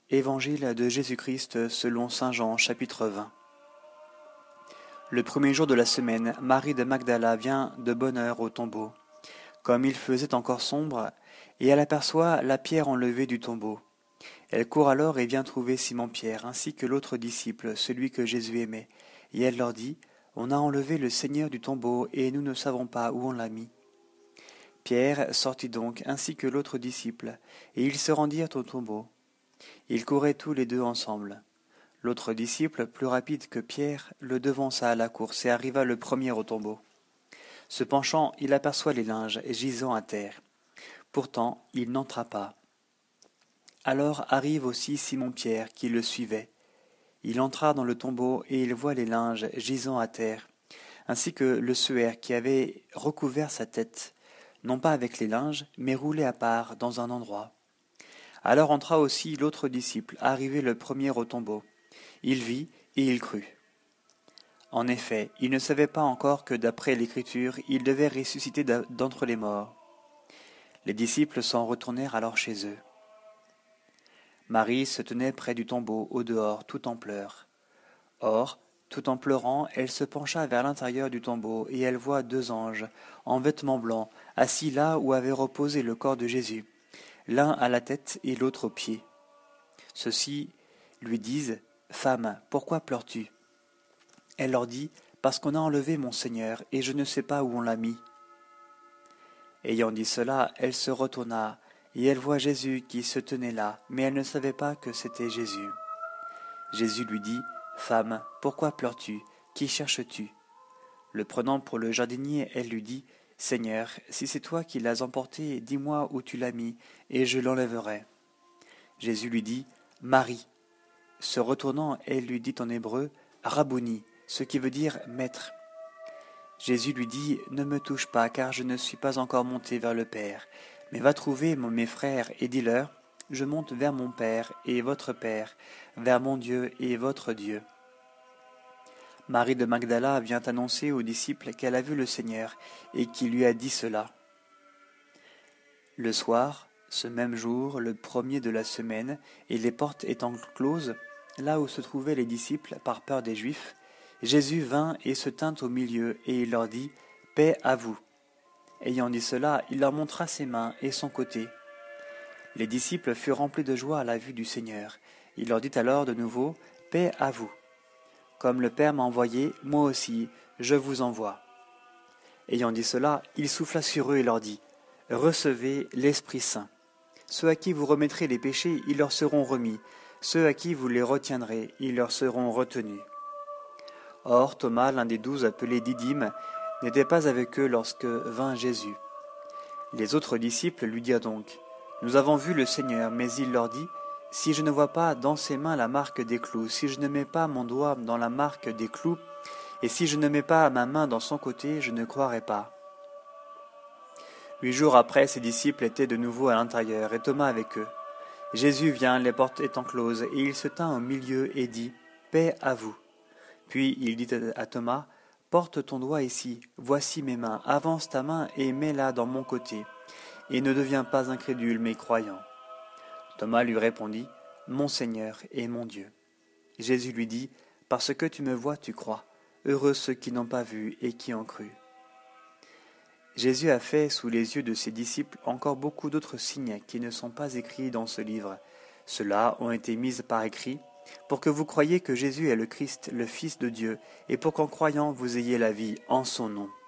Évangile de Jésus-Christ selon saint Jean, chapitre 20. Le premier jour de la semaine, Marie de Magdala vient de bonne heure au tombeau, comme il faisait encore sombre, et elle aperçoit la pierre enlevée du tombeau. Elle court alors et vient trouver Simon-Pierre, ainsi que l'autre disciple, celui que Jésus aimait, et elle leur dit, « On a enlevé le Seigneur du tombeau, et nous ne savons pas où on l'a mis. » Pierre sortit donc, ainsi que l'autre disciple, et ils se rendirent au tombeau. Ils couraient tous les deux ensemble. L'autre disciple, plus rapide que Pierre, le devança à la course et arriva le premier au tombeau. Se penchant, il aperçoit les linges gisant à terre. Pourtant, il n'entra pas. Alors arrive aussi Simon-Pierre qui le suivait. Il entra dans le tombeau et il voit les linges gisant à terre, ainsi que le suaire qui avait recouvert sa tête, non pas avec les linges, mais roulé à part dans un endroit. Alors entra aussi l'autre disciple, arrivé le premier au tombeau. Il vit et il crut. En effet, il ne savait pas encore que d'après l'Écriture, il devait ressusciter d'entre les morts. Les disciples s'en retournèrent alors chez eux. Marie se tenait près du tombeau, au dehors, tout en pleurs. Or, tout en pleurant, elle se pencha vers l'intérieur du tombeau, et elle voit deux anges, en vêtements blancs, assis là où avait reposé le corps de Jésus, l'un à la tête et l'autre aux pieds. Ceux-ci lui disent, « Femme, pourquoi pleures-tu » Elle leur dit, « Parce qu'on a enlevé mon Seigneur, et je ne sais pas où on l'a mis. » Ayant dit cela, elle se retourna, et elle voit Jésus qui se tenait là, mais elle ne savait pas que c'était Jésus. Jésus lui dit, « Femme, pourquoi pleures-tu ? Qui cherches-tu » Le prenant pour le jardinier, elle lui dit, « Seigneur, si c'est toi qui l'as emporté, dis-moi où tu l'as mis, et je l'enlèverai. » Jésus lui dit, « Marie. » Se retournant, elle lui dit en hébreu, « Rabouni », ce qui veut dire « maître ». Jésus lui dit, « Ne me touche pas, car je ne suis pas encore monté vers le Père, mais va trouver mes frères et dis-leur, je monte vers mon Père et votre Père, vers mon Dieu et votre Dieu. » Marie de Magdala vient annoncer aux disciples qu'elle a vu le Seigneur et qu'il lui a dit cela. Le soir, ce même jour, le premier de la semaine, et les portes étant closes, là où se trouvaient les disciples par peur des Juifs, Jésus vint et se tint au milieu, et il leur dit, « Paix à vous !» Ayant dit cela, il leur montra ses mains et son côté. Les disciples furent remplis de joie à la vue du Seigneur. Il leur dit alors de nouveau, « Paix à vous !» Comme le Père m'a envoyé, moi aussi, je vous envoie. Ayant dit cela, il souffla sur eux et leur dit, « Recevez l'Esprit Saint. Ceux à qui vous remettrez les péchés, ils leur seront remis. Ceux à qui vous les retiendrez, ils leur seront retenus. » Or, Thomas, l'un des 12 appelé Didyme, n'était pas avec eux lorsque vint Jésus. Les autres disciples lui dirent donc, « Nous avons vu le Seigneur. » Mais il leur dit, « Si je ne vois pas dans ses mains la marque des clous, si je ne mets pas mon doigt dans la marque des clous, et si je ne mets pas ma main dans son côté, je ne croirai pas. » 8 jours après, ses disciples étaient de nouveau à l'intérieur, et Thomas avec eux. Jésus vient, les portes étant closes, et il se tint au milieu et dit, « Paix à vous !» Puis il dit à Thomas, « Porte ton doigt ici, voici mes mains, avance ta main et mets-la dans mon côté, et ne deviens pas incrédule, mais croyant. » Thomas lui répondit, « Mon Seigneur et mon Dieu. » Jésus lui dit, « Parce que tu me vois, tu crois. Heureux ceux qui n'ont pas vu et qui ont cru. » Jésus a fait sous les yeux de ses disciples encore beaucoup d'autres signes qui ne sont pas écrits dans ce livre. Ceux-là ont été mis par écrit pour que vous croyiez que Jésus est le Christ, le Fils de Dieu, et pour qu'en croyant vous ayez la vie en son nom.